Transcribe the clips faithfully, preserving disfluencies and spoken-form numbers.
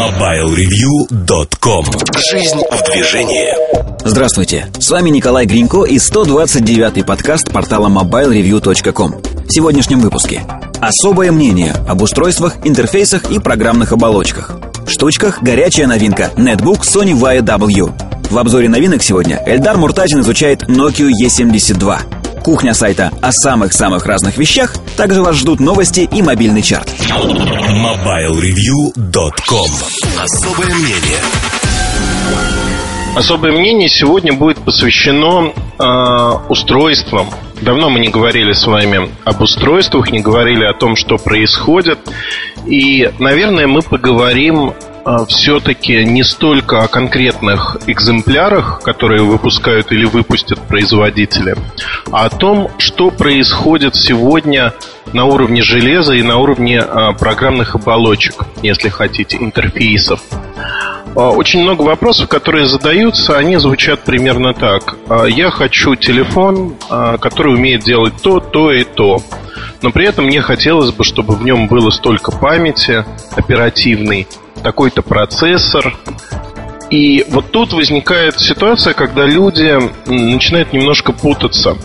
мобайл ревью точка ком. Жизнь в движении. Здравствуйте, с вами Николай Гринько и сто двадцать девятый подкаст портала мобайл ревью точка ком. В сегодняшнем выпуске особое мнение об устройствах, интерфейсах и программных оболочках. В штучках горячая новинка нетбук Sony Vaio W. В обзоре новинок сегодня Эльдар Муртазин изучает Nokia и семьдесят два. Кухня сайта о самых-самых разных вещах. Также вас ждут новости и мобильный чарт. мобайл ревью точка ком. Особое мнение. Особое мнение сегодня будет посвящено э, устройствам. Давно мы не говорили с вами об устройствах, не говорили о том, что происходит. И, наверное, мы поговорим э, все-таки не столько о конкретных экземплярах, которые выпускают или выпустят производители, а о том, что происходит сегодня на уровне железа и на уровне э, программных оболочек, если хотите, интерфейсов. Очень много вопросов, которые задаются, они звучат примерно так. Я хочу телефон, который умеет делать то, то и то. Но при этом мне хотелось бы, чтобы в нем было столько памяти оперативной, такой-то процессор. И вот тут возникает ситуация, когда люди начинают немножко путаться.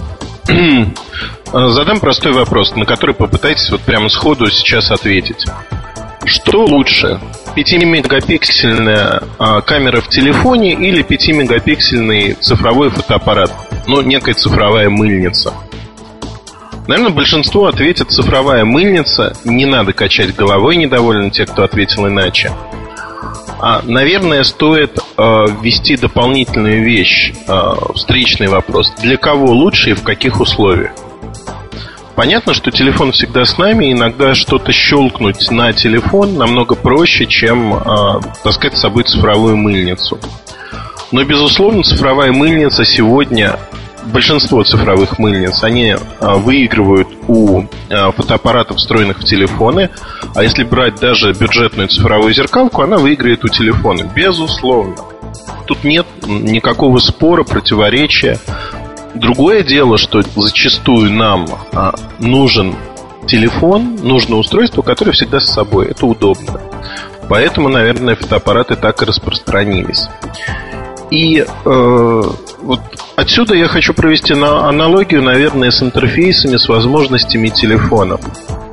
Задам простой вопрос, на который попытайтесь вот прямо сходу сейчас ответить. Что лучше? пятимегапиксельная а, камера в телефоне или пятимегапиксельный цифровой фотоаппарат? Ну, некая цифровая мыльница. Наверное, большинство ответит цифровая мыльница. Не надо качать головой, недовольны те, кто ответил иначе. А, наверное, стоит а, ввести дополнительную вещь, а, встречный вопрос. Для кого лучше и в каких условиях? Понятно, что телефон всегда с нами. Иногда что-то щелкнуть на телефон намного проще, чем э, таскать с собой цифровую мыльницу. Но, безусловно, цифровая мыльница сегодня, большинство цифровых мыльниц, они э, выигрывают у э, фотоаппаратов, встроенных в телефоны. А если брать даже бюджетную цифровую зеркалку, она выиграет у телефона. Безусловно. Тут нет никакого спора, противоречия. Другое дело, что зачастую нам а, нужен телефон, нужно устройство, которое всегда с собой. Это удобно. Поэтому, наверное, фотоаппараты так и распространились. И э, вот отсюда я хочу провести на аналогию, наверное, с интерфейсами, с возможностями телефонов.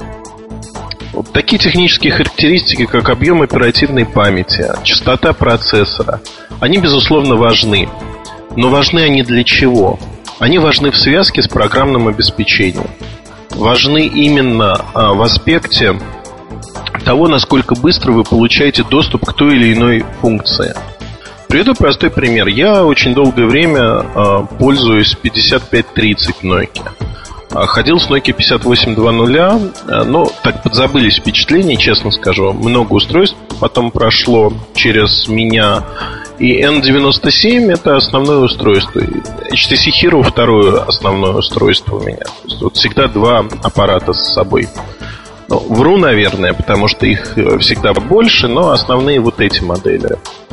Вот такие технические характеристики, как объем оперативной памяти, частота процессора, они, безусловно, важны. Но важны они для чего? Они важны в связке с программным обеспечением. Важны именно а, в аспекте того, насколько быстро вы получаете доступ к той или иной функции. Приведу простой пример. Я очень долгое время а, пользуюсь пятьдесят пять тридцать Nokia. А, ходил с Nokia пятьдесят восемь двадцать, а, но так подзабылись впечатления, честно скажу. Много устройств потом прошло через меня. И эн девяносто семь это основное устройство. эйч ти си Hero второе основное устройство у меня. То есть вот всегда два аппарата с собой. Ну, вру, наверное, потому что их всегда больше, но основные вот эти модели.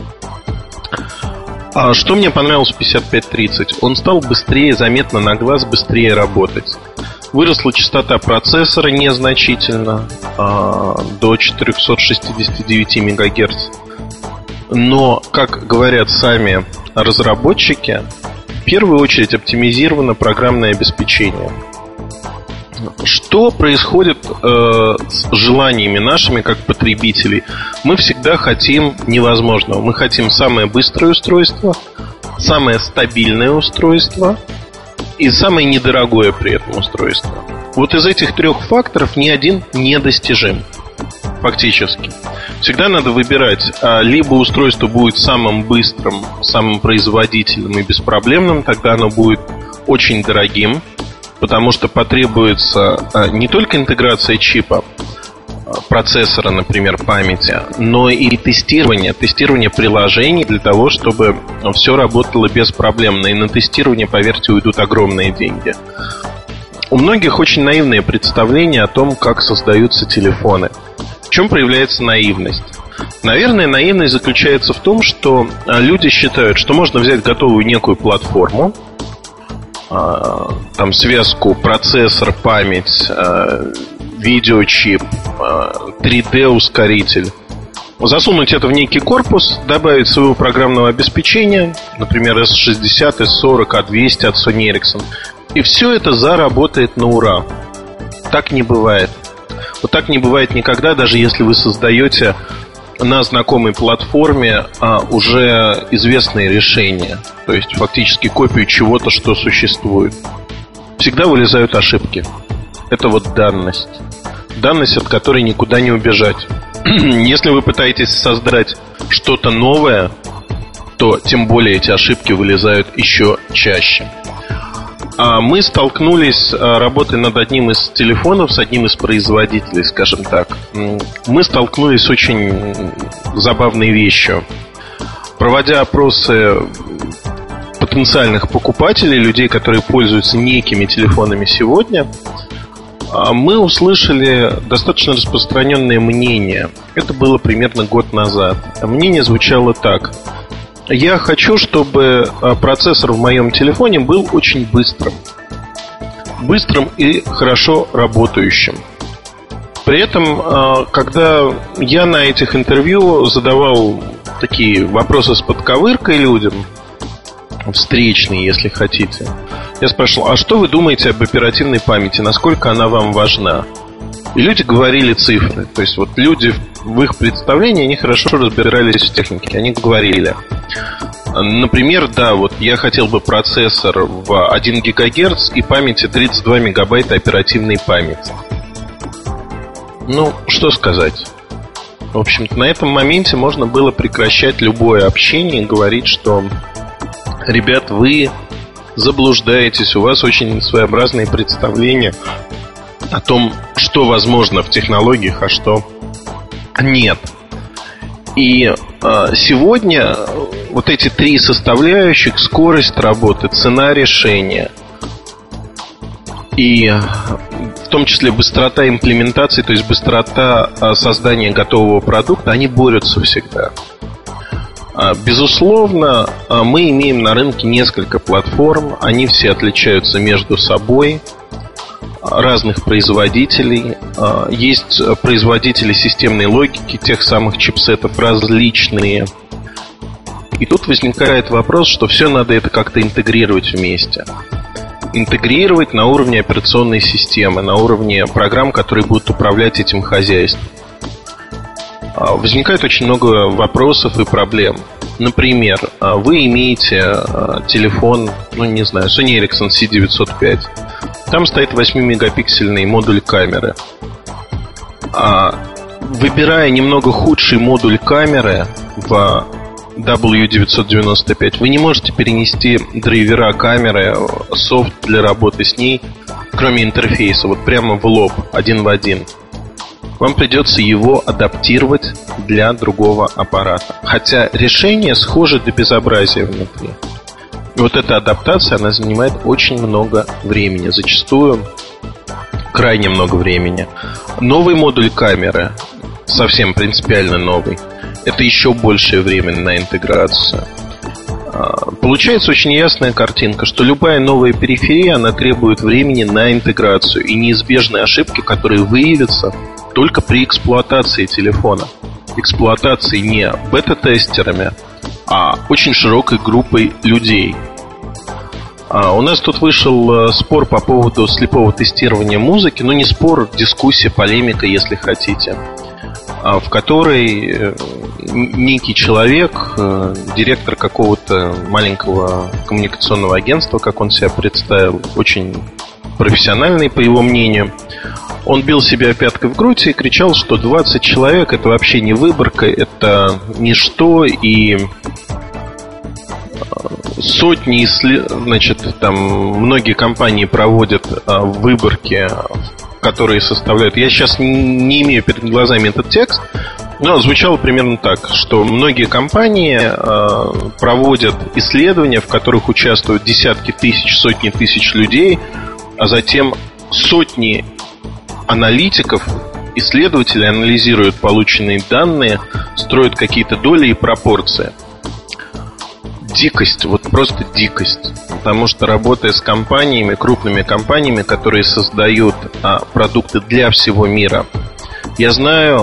А что мне понравилось в пятьдесят пять тридцать? Он стал быстрее, заметно на глаз быстрее работать. Выросла частота процессора незначительно, а, до четыреста шестьдесят девять мегагерц. Но, как говорят сами разработчики, в первую очередь оптимизировано программное обеспечение. Что происходит э, с желаниями нашими как потребителей? Мы всегда хотим невозможного. Мы хотим самое быстрое устройство, самое стабильное устройство и самое недорогое при этом устройство. Вот из этих трех факторов ни один недостижим. Фактически. Всегда надо выбирать. Либо устройство будет самым быстрым, самым производительным и беспроблемным, тогда оно будет очень дорогим, потому что потребуется не только интеграция чипа, процессора, например, памяти, но и тестирование, тестирование приложений для того, чтобы все работало беспроблемно. И на тестирование, поверьте, уйдут огромные деньги. У многих очень наивное представление о том, как создаются телефоны. В чем проявляется наивность? Наверное, наивность заключается в том, что люди считают, что можно взять готовую некую платформу, там связку процессор, память, видеочип, три дэ ускоритель, засунуть это в некий корпус, добавить своего программного обеспечения, например, эс шестьдесят, эс сорок, а двести от Sony Ericsson, и все это заработает на ура. Так не бывает. Вот так не бывает никогда, даже если вы создаете на знакомой платформе а, уже известные решения. То есть фактически копию чего-то, что существует. Всегда вылезают ошибки. Это вот данность. Данность, от которой никуда не убежать. Если вы пытаетесь создать что-то новое, то тем более эти ошибки вылезают еще чаще. А мы столкнулись, работая над одним из телефонов, с одним из производителей, скажем так. Мы столкнулись с очень забавной вещью. Проводя опросы потенциальных покупателей, людей, которые пользуются некими телефонами сегодня, мы услышали достаточно распространенное мнение. Это было примерно год назад. Мнение звучало так: я хочу, чтобы процессор в моем телефоне был очень быстрым. Быстрым и хорошо работающим. При этом, когда я на этих интервью задавал такие вопросы с подковыркой людям, встречные, если хотите, я спрашивал: а что вы думаете об оперативной памяти? Насколько она вам важна? И люди говорили цифры. То есть вот люди в их представлении, они хорошо разбирались в технике. Они говорили: например, да, вот я хотел бы процессор в один гигагерц и памяти тридцать два мегабайта оперативной памяти. Ну, что сказать? В общем-то, на этом моменте можно было прекращать любое общение и говорить, что: ребят, вы заблуждаетесь, у вас очень своеобразные представления о том, что возможно в технологиях, а что нет. И э, сегодня вот эти три составляющих: скорость работы, цена решения и в том числе быстрота имплементации, то есть быстрота создания готового продукта, они борются всегда. Безусловно, мы имеем на рынке несколько платформ. Они все отличаются между собой, разных производителей. Есть производители системной логики, тех самых чипсетов различные. И тут возникает вопрос, что все надо это как-то интегрировать вместе. Интегрировать на уровне операционной системы, на уровне программ, которые будут управлять этим хозяйством. Возникает очень много вопросов и проблем. Например, вы имеете телефон, ну не знаю, Sony Ericsson си девятьсот пять. Там стоит восьмимегапиксельный модуль камеры. Выбирая немного худший модуль камеры в дабл ю девятьсот девяносто пять, вы не можете перенести драйвера камеры, софт для работы с ней, кроме интерфейса, вот прямо в лоб, один в один. Вам придется его адаптировать для другого аппарата. Хотя решение схоже до безобразия внутри. И вот эта адаптация, она занимает очень много времени. Зачастую крайне много времени. Новый модуль камеры, совсем принципиально новый, это еще большее время на интеграцию. Получается очень ясная картинка, что любая новая периферия, она требует времени на интеграцию и неизбежные ошибки, которые выявятся только при эксплуатации телефона. Эксплуатации не бета-тестерами, а очень широкой группой людей. А у нас тут вышел спор по поводу слепого тестирования музыки. Ну, не спор, дискуссия, полемика, если хотите, в которой некий человек, директор какого-то маленького коммуникационного агентства, как он себя представил, очень профессиональный, по его мнению, он бил себя пяткой в грудь и кричал, что двадцать человек — это вообще не выборка, это ничто, и сотни, значит, там многие компании проводят выборки, которые составляют... Я сейчас не имею перед глазами этот текст, но звучало примерно так, что многие компании проводят исследования, в которых участвуют десятки тысяч, сотни тысяч людей, а затем сотни аналитиков, исследователи анализируют полученные данные, строят какие-то доли и пропорции. Дикость, вот просто дикость. Потому что, работая с компаниями, крупными компаниями, которые создают а, продукты для всего мира, я знаю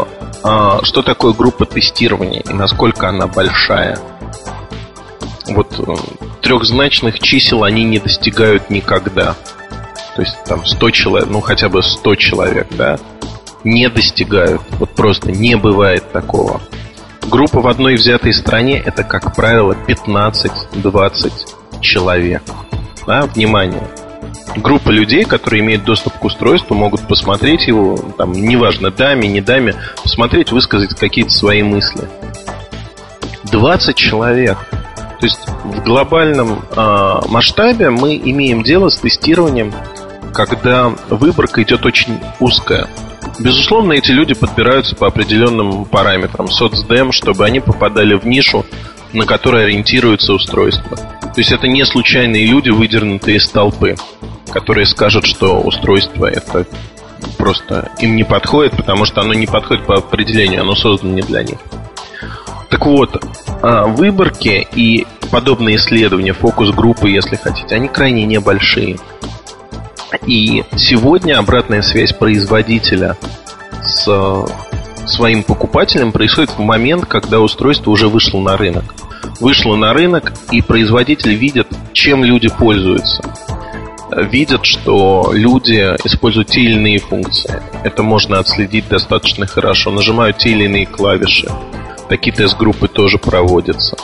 что такое группа тестирования и насколько она большая. Вот трехзначных чисел они не достигают никогда. То есть там сто человек, ну хотя бы сто человек, да, не достигают. Вот просто не бывает такого. Группа в одной взятой стране — это, как правило, пятнадцать-двадцать человек. Да, внимание. Группа людей, которые имеют доступ к устройству, могут посмотреть его, там, неважно, даме, не даме, посмотреть, высказать какие-то свои мысли. двадцать человек. То есть в глобальном э, масштабе мы имеем дело с тестированием, когда выборка идет очень узкая. Безусловно, эти люди подбираются по определенным параметрам соцдем, чтобы они попадали в нишу, на которой ориентируется устройство. То есть это не случайные люди, выдернутые из толпы, которые скажут, что устройство это просто им не подходит, потому что оно не подходит по определению, оно создано не для них. Так вот, выборки и подобные исследования, фокус-группы, если хотите, они крайне небольшие. И сегодня обратная связь производителя с своим покупателем происходит в момент, когда устройство уже вышло на рынок. Вышло на рынок, и производитель видит, чем люди пользуются. Видят, что люди используют те или иные функции. Это можно отследить достаточно хорошо. Нажимают те или иные клавиши. Такие тест-группы тоже проводятся.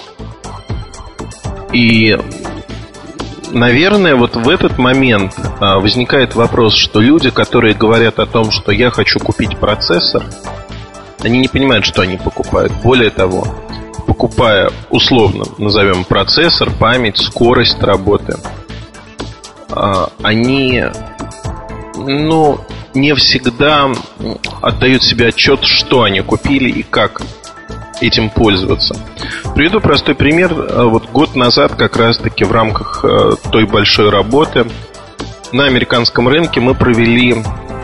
И, наверное, вот в этот момент а, возникает вопрос, что люди, которые говорят о том, что я хочу купить процессор, они не понимают, что они покупают. Более того, покупая условно, назовем процессор, память, скорость работы, а, они, ну, не всегда отдают себе отчет, что они купили и как этим пользоваться. Приведу простой пример. Вот год назад, как раз-таки в рамках той большой работы на американском рынке мы провели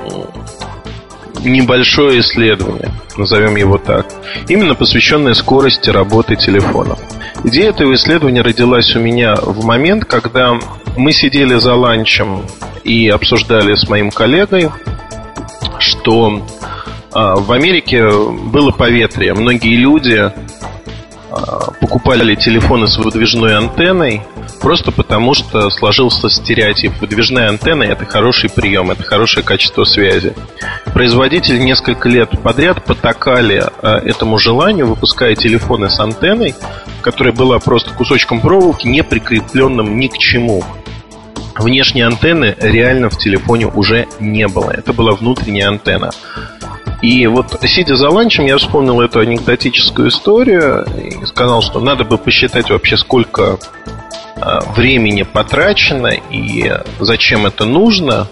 небольшое исследование, назовем его так, именно посвященное скорости работы телефонов. Идея этого исследования родилась у меня в момент, когда мы сидели за ланчем и обсуждали с моим коллегой, что в Америке было поветрие. Многие люди покупали телефоны с выдвижной антенной просто потому, что сложился стереотип. Выдвижная антенна — это хороший прием, это хорошее качество связи. Производители несколько лет подряд потакали этому желанию, выпуская телефоны с антенной, которая была просто кусочком проволоки, не прикрепленным ни к чему. Внешней антенны реально в телефоне уже не было. Это была внутренняя антенна. И вот, сидя за ланчем, я вспомнил эту анекдотическую историю и сказал, что надо бы посчитать вообще, сколько э, времени потрачено и зачем это нужно.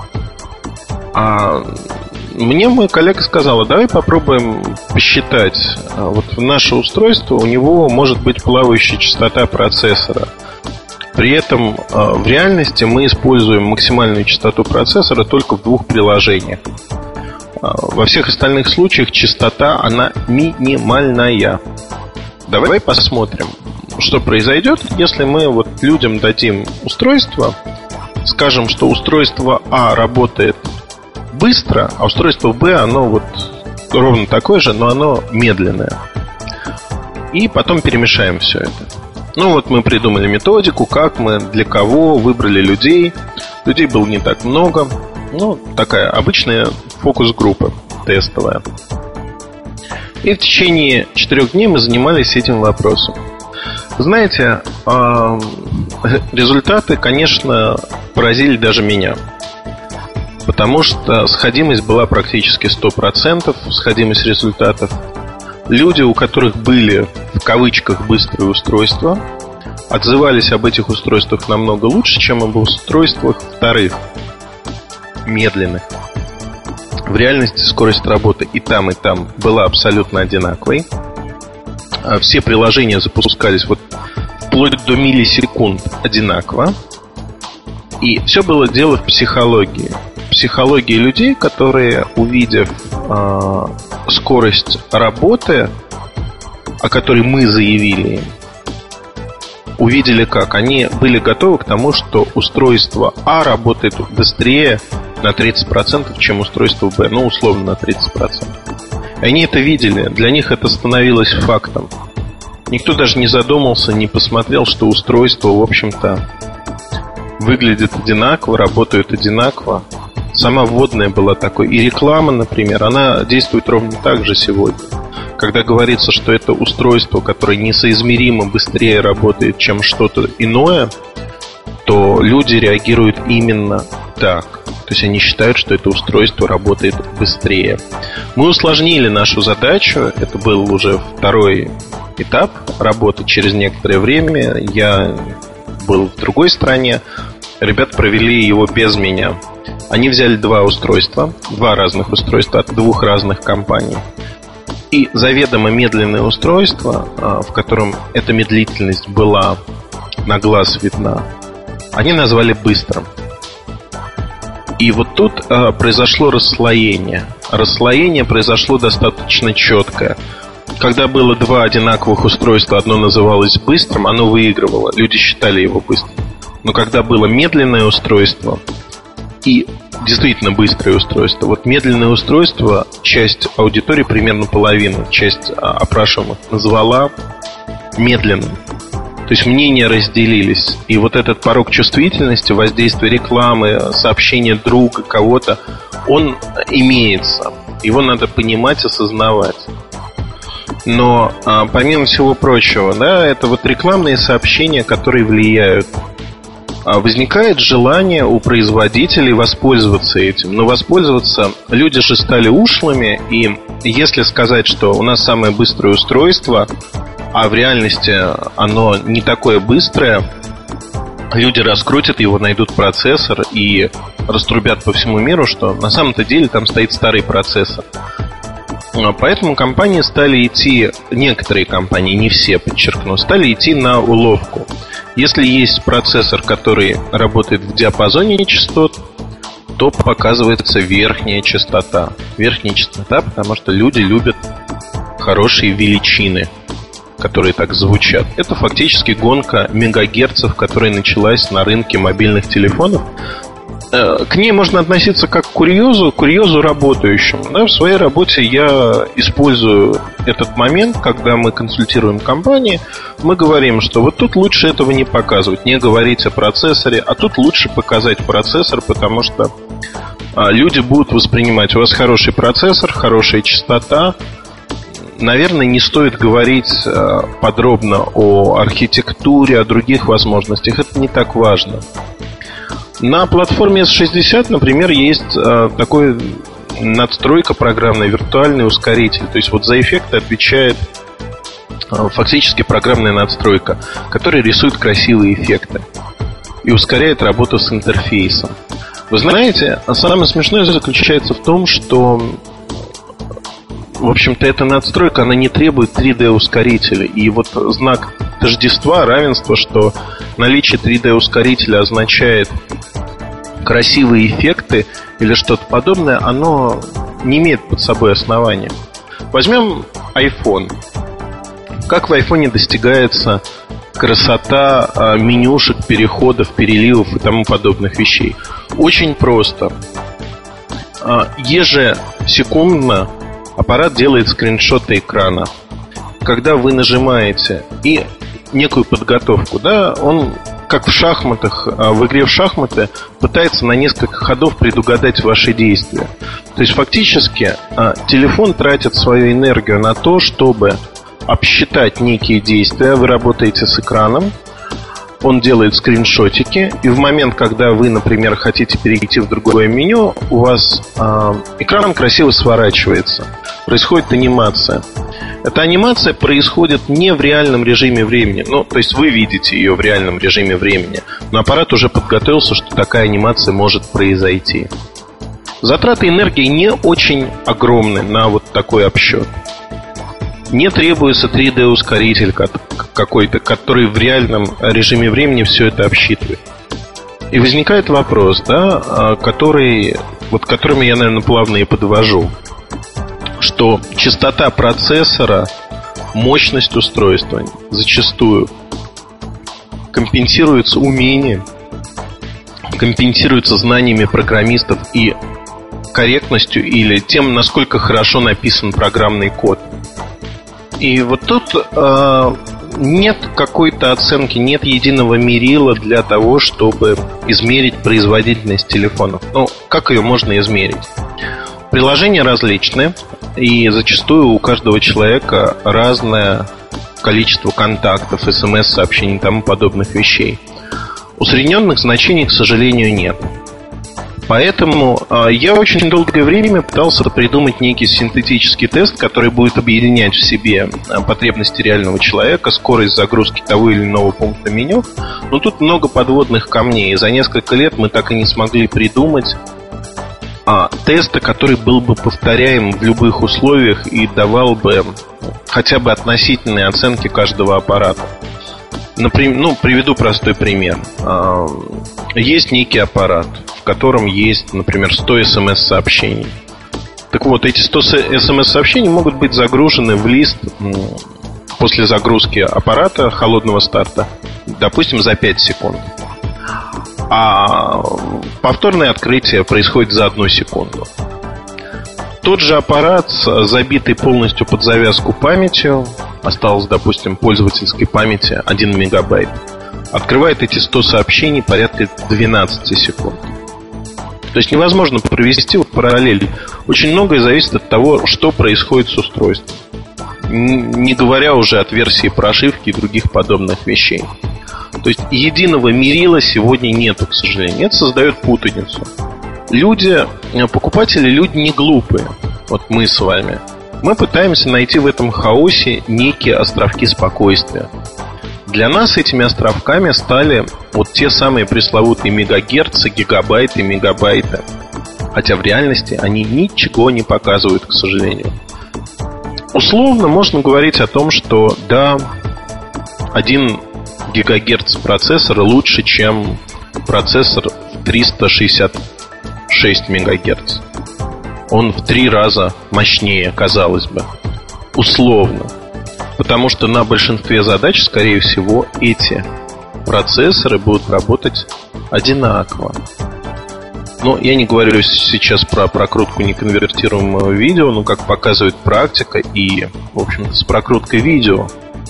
А мне мой коллега сказал: давай попробуем посчитать. Вот наше устройство, у него может быть плавающая частота процессора. При этом э, в реальности мы используем максимальную частоту процессора только в двух приложениях. Во всех остальных случаях частота, она минимальная. Давай посмотрим, что произойдет, если мы вот людям дадим устройство, скажем, что устройство А работает быстро, а устройство Б, оно вот ровно такое же, но оно медленное. И потом перемешаем все это. Ну вот мы придумали методику, как мы, для кого, выбрали людей. Людей было не так много. Ну, такая обычная фокус-группа тестовая. И в течение четырех дней мы занимались этим вопросом. Знаете, результаты, конечно, поразили даже меня. Потому что сходимость была практически сто процентов, сходимость результатов. Люди, у которых были, в кавычках, быстрые устройства, отзывались об этих устройствах намного лучше, чем об устройствах вторых, медленных. В реальности скорость работы и там, и там была абсолютно одинаковой. Все приложения запускались вот вплоть до миллисекунд одинаково. И все было дело в психологии. Психологии людей, которые, увидев э, скорость работы, о которой мы заявили им, увидели как? Они были готовы к тому, что устройство А работает быстрее на тридцать процентов, чем устройство Б. Ну, условно, на тридцать процентов. Они это видели, для них это становилось фактом. Никто даже не задумался, не посмотрел, что устройства, в общем-то, выглядят одинаково, работают одинаково. Сама вводная была такой. И реклама, например, она действует ровно так же сегодня. Когда говорится, что это устройство, которое несоизмеримо быстрее работает, чем что-то иное, то люди реагируют именно так. То есть они считают, что это устройство работает быстрее. Мы усложнили нашу задачу. Это был уже второй этап работы. Через некоторое время я был в другой стране. Ребята провели его без меня. Они взяли два устройства, два разных устройства от двух разных компаний. И заведомо медленное устройство, в котором эта медлительность была на глаз видна, они назвали быстрым. И вот тут произошло расслоение. Расслоение произошло достаточно четкое. Когда было два одинаковых устройства, одно называлось быстрым, оно выигрывало. Люди считали его быстрым. Но когда было медленное устройство и действительно быстрое устройство, вот медленное устройство часть аудитории, примерно половину, часть опрашиваемых назвала медленным. То есть мнения разделились. И вот этот порог чувствительности, воздействие рекламы, сообщения друга, кого-то, он имеется. Его надо понимать, осознавать. Но помимо всего прочего, да, это вот рекламные сообщения, которые влияют. Возникает желание у производителей воспользоваться этим. Но воспользоваться люди же стали ушлыми. И если сказать, что у нас самое быстрое устройство, а в реальности оно не такое быстрое, люди раскрутят его, найдут процессор и раструбят по всему миру, что на самом-то деле там стоит старый процессор. Поэтому компании стали идти, некоторые компании, не все, подчеркну, стали идти на уловку. Если есть процессор, который работает в диапазоне частот, то показывается верхняя частота. Верхняя частота, потому что люди любят хорошие величины, которые так звучат. Это фактически гонка мегагерцев, которая началась на рынке мобильных телефонов. К ней можно относиться как к курьезу, курьезу работающему. Да, в своей работе я использую этот момент, когда мы консультируем компании, мы говорим, что вот тут лучше этого не показывать, не говорить о процессоре, а тут лучше показать процессор, потому что люди будут воспринимать: у вас хороший процессор, хорошая частота. Наверное, не стоит говорить подробно о архитектуре, о других возможностях. Это не так важно. На платформе эс шестьдесят, например, есть э, такой надстройка программная, виртуальный ускоритель. То есть вот за эффекты отвечает э, фактически программная надстройка, которая рисует красивые эффекты и ускоряет работу с интерфейсом. Вы знаете, самое смешное заключается в том, что, в общем-то, эта надстройка, она не требует три дэ ускорителя. И вот знак тождества, равенства, что наличие три дэ ускорителя означает красивые эффекты или что-то подобное, оно не имеет под собой основания. Возьмем iPhone. Как в iPhone достигается красота менюшек, переходов, переливов и тому подобных вещей? Очень просто. Ежесекундно аппарат делает скриншоты экрана. Когда вы нажимаете и некую подготовку, да, он, как в шахматах, в игре в шахматы, пытается на несколько ходов предугадать ваши действия. То есть фактически телефон тратит свою энергию на то, чтобы обсчитать некие действия. Вы работаете с экраном, он делает скриншотики, и в момент, когда вы, например, хотите перейти в другое меню, у вас э, экран красиво сворачивается. Происходит анимация. Эта анимация происходит не в реальном режиме времени. Ну, то есть вы видите ее в реальном режиме времени, но аппарат уже подготовился, что такая анимация может произойти. Затраты энергии не очень огромны на вот такой обсчет. Не требуется три дэ ускоритель какой-то, который в реальном режиме времени все это обсчитывает. И возникает вопрос, да, который, вот к которому я, наверное, плавно и подвожу, что частота процессора, мощность устройства зачастую компенсируется умением, компенсируется знаниями программистов и корректностью или тем, насколько хорошо написан программный код. И вот тут э, нет какой-то оценки, нет единого мерила для того, чтобы измерить производительность телефонов. Ну, как ее можно измерить? Приложения различны, и зачастую у каждого человека разное количество контактов, смс-сообщений и тому подобных вещей. Усредненных значений, к сожалению, нет. Поэтому э, я очень долгое время пытался придумать некий синтетический тест, который будет объединять в себе потребности реального человека, скорость загрузки того или иного пункта меню. Но тут много подводных камней, и за несколько лет мы так и не смогли придумать а, теста, который был бы повторяем в любых условиях и давал бы хотя бы относительные оценки каждого аппарата. Например, ну, приведу простой пример. Есть некий аппарат, в котором есть, например, сто смс-сообщений. Так вот, эти сто смс-сообщений могут быть загружены в лист после загрузки аппарата холодного старта, допустим, за пять секунд. А повторное открытие происходит за одну секунду. Тот же аппарат, забитый полностью под завязку памятью, осталось, допустим, пользовательской памяти один мегабайт, открывает эти сто сообщений порядка двенадцать секунд. То есть невозможно провести вот параллель. Очень многое зависит от того, что происходит с устройством, не говоря уже от версии прошивки и других подобных вещей. То есть единого мерила сегодня нету, к сожалению. Это создает путаницу. Люди, покупатели, люди не глупые. Вот мы с вами. Мы пытаемся найти в этом хаосе некие островки спокойствия. Для нас этими островками стали вот те самые пресловутые мегагерцы, гигабайты, мегабайты. Хотя в реальности они ничего не показывают, к сожалению. Условно можно говорить о том, что да, один гигагерц процессора лучше, чем процессор в триста шестьдесят шесть мегагерц. Он в три раза мощнее, казалось бы. Условно. Потому что на большинстве задач, скорее всего, эти процессоры будут работать одинаково. Но я не говорю сейчас про прокрутку неконвертируемого видео, но как показывает практика, и, в общем-то, с прокруткой видео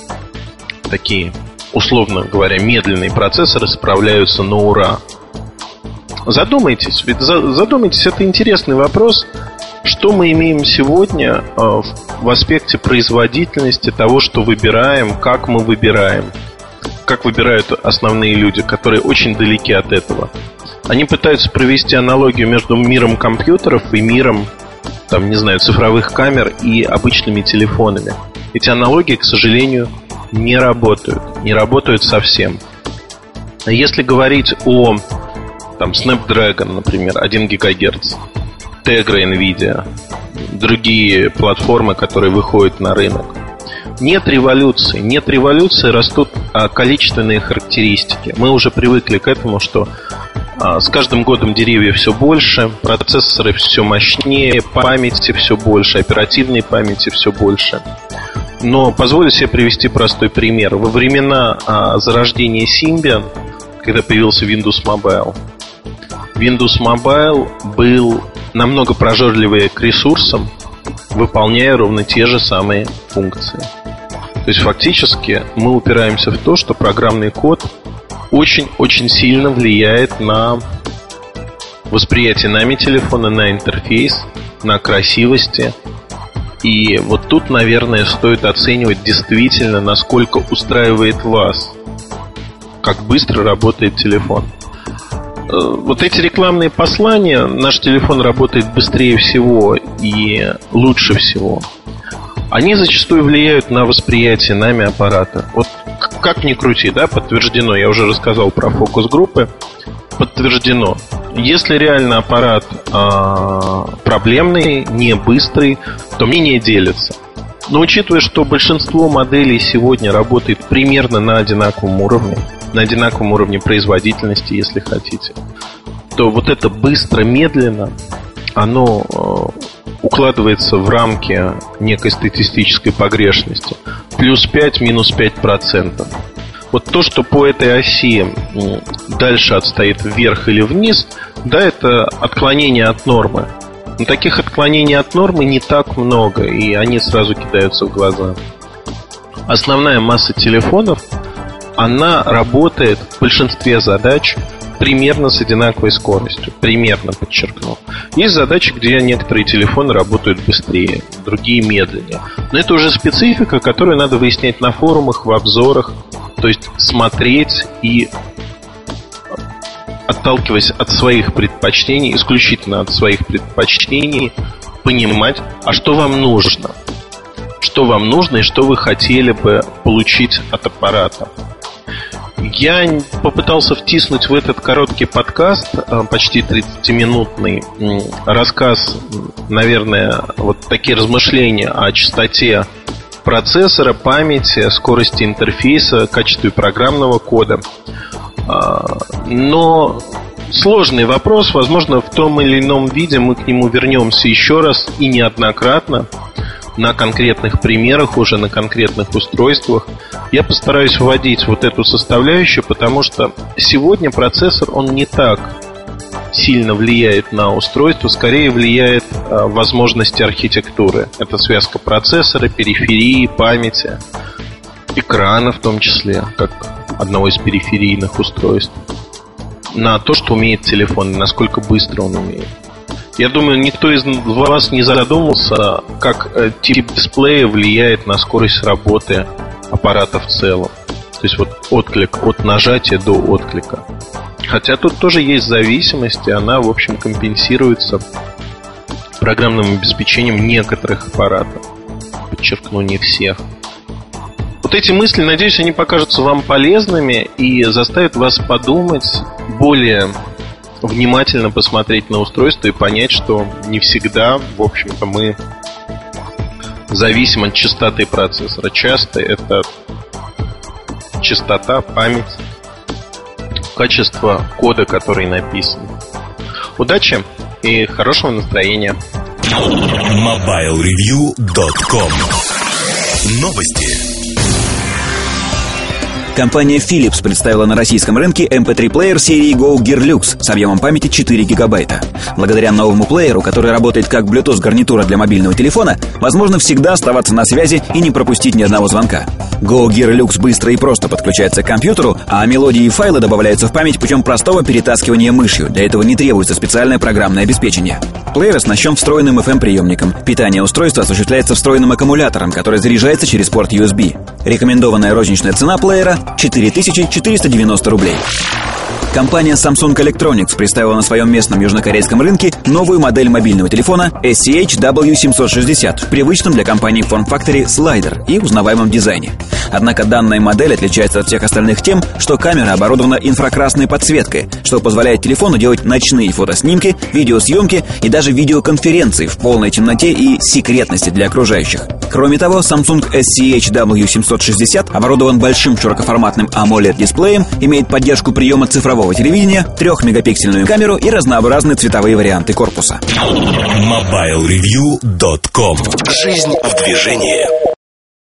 такие, условно говоря, медленные процессоры справляются на ура. Задумайтесь, ведь задумайтесь, это интересный вопрос. Что мы имеем сегодня э, в аспекте производительности того, что выбираем, как мы выбираем, как выбирают основные люди, которые очень далеки от этого. Они пытаются провести аналогию между миром компьютеров и миром, там, не знаю, цифровых камер и обычными телефонами. Эти аналогии, к сожалению, не работают, не работают совсем. Если говорить о там, Snapdragon, например, один гигагерц, Tegra, Nvidia, другие платформы, которые выходят на рынок. Нет революции. Нет революции, растут а, количественные характеристики. Мы уже привыкли к этому, что а, с каждым годом деревьев все больше, процессоры все мощнее, памяти все больше, оперативной памяти все больше. Но позволю себе привести простой пример. Во времена а, зарождения Symbian, когда появился Windows Mobile, Windows Mobile был намного прожорливее к ресурсам, выполняя ровно те же самые функции. То есть фактически мы упираемся в то, что программный код очень-очень сильно влияет на восприятие нами телефона, на интерфейс, на красивости. И вот тут, наверное, стоит оценивать действительно, насколько устраивает вас, как быстро работает телефон. Вот эти рекламные послания, наш телефон работает быстрее всего и лучше всего, они зачастую влияют на восприятие нами аппарата. Вот как ни крути, да, подтверждено. Я уже рассказал про фокус-группы. Подтверждено. Если реально аппарат а, проблемный, не быстрый, то мнение делится. Но учитывая, что большинство моделей сегодня работает примерно на одинаковом уровне, на одинаковом уровне производительности, если хотите, то вот это быстро-медленно, оно э, укладывается в рамки некой статистической погрешности. Плюс пять, минус пять процентов. Вот то, что по этой оси дальше отстоит вверх или вниз, да, это отклонение от нормы. Но таких отклонений от нормы не так много, и они сразу кидаются в глаза. Основная масса телефонов, она работает в большинстве задач примерно с одинаковой скоростью. Примерно, подчеркну. Есть задачи, где некоторые телефоны работают быстрее, другие медленнее. Но это уже специфика, которую надо выяснять на форумах, в обзорах. То есть смотреть и, отталкиваясь от своих предпочтений, исключительно от своих предпочтений, понимать, а что вам нужно. Что вам нужно и что вы хотели бы получить от аппарата. Я попытался втиснуть в этот короткий подкаст, почти тридцатиминутный, рассказ, наверное, вот такие размышления о частоте процессора, памяти, скорости интерфейса, качестве программного кода. Но сложный вопрос, возможно, в том или ином виде мы к нему вернемся еще раз и неоднократно. На конкретных примерах, уже на конкретных устройствах. Я постараюсь вводить вот эту составляющую, потому что сегодня процессор, он не так сильно влияет на устройство, скорее влияет а, возможности архитектуры. Это связка процессора, периферии, памяти, экрана в том числе, как одного из периферийных устройств, на то, что умеет телефон, и насколько быстро он умеет. Я думаю, никто из вас не задумался, как тип дисплея влияет на скорость работы аппарата в целом. То есть вот отклик от нажатия до отклика. Хотя тут тоже есть зависимость, и она, в общем, компенсируется программным обеспечением некоторых аппаратов. Подчеркну, не всех. Вот эти мысли, надеюсь, они покажутся вам полезными и заставят вас подумать более внимательно посмотреть на устройство и понять, что не всегда, в общем-то, мы зависим от частоты процессора. Часто это частота, память, качество кода, который написан. Удачи и хорошего настроения. мобайл ревью точка ком. Новости. Компания Philips представила на российском рынке эм пэ три-плеер серии Go Gear Lux с объемом памяти четыре гигабайта. Благодаря новому плееру, который работает как Bluetooth-гарнитура для мобильного телефона, возможно всегда оставаться на связи и не пропустить ни одного звонка. Go Gear Lux быстро и просто подключается к компьютеру, а мелодии и файлы добавляются в память путем простого перетаскивания мышью. Для этого не требуется специальное программное обеспечение. Плеер оснащен встроенным эф эм-приемником. Питание устройства осуществляется встроенным аккумулятором, который заряжается через порт ю эс би. Рекомендованная розничная цена плеера – четыре тысячи четыреста девяносто рублей. Компания Samsung Electronics представила на своем местном южнокорейском рынке новую модель мобильного телефона эс си эйч дабл ю семьсот шестьдесят в привычном для компании форм-факторе слайдер и узнаваемом дизайне. Однако данная модель отличается от всех остальных тем, что камера оборудована инфракрасной подсветкой, что позволяет телефону делать ночные фотоснимки, видеосъемки и даже видеоконференции в полной темноте и секретности для окружающих. Кроме того, Samsung эс си эйч дабл ю семьсот шестьдесят оборудован большим широкоформатным AMOLED-дисплеем, имеет поддержку приема цифрового телевидения, трехмегапиксельную камеру и разнообразные цветовые варианты корпуса. мобайл ревью точка ком. Жизнь в движении.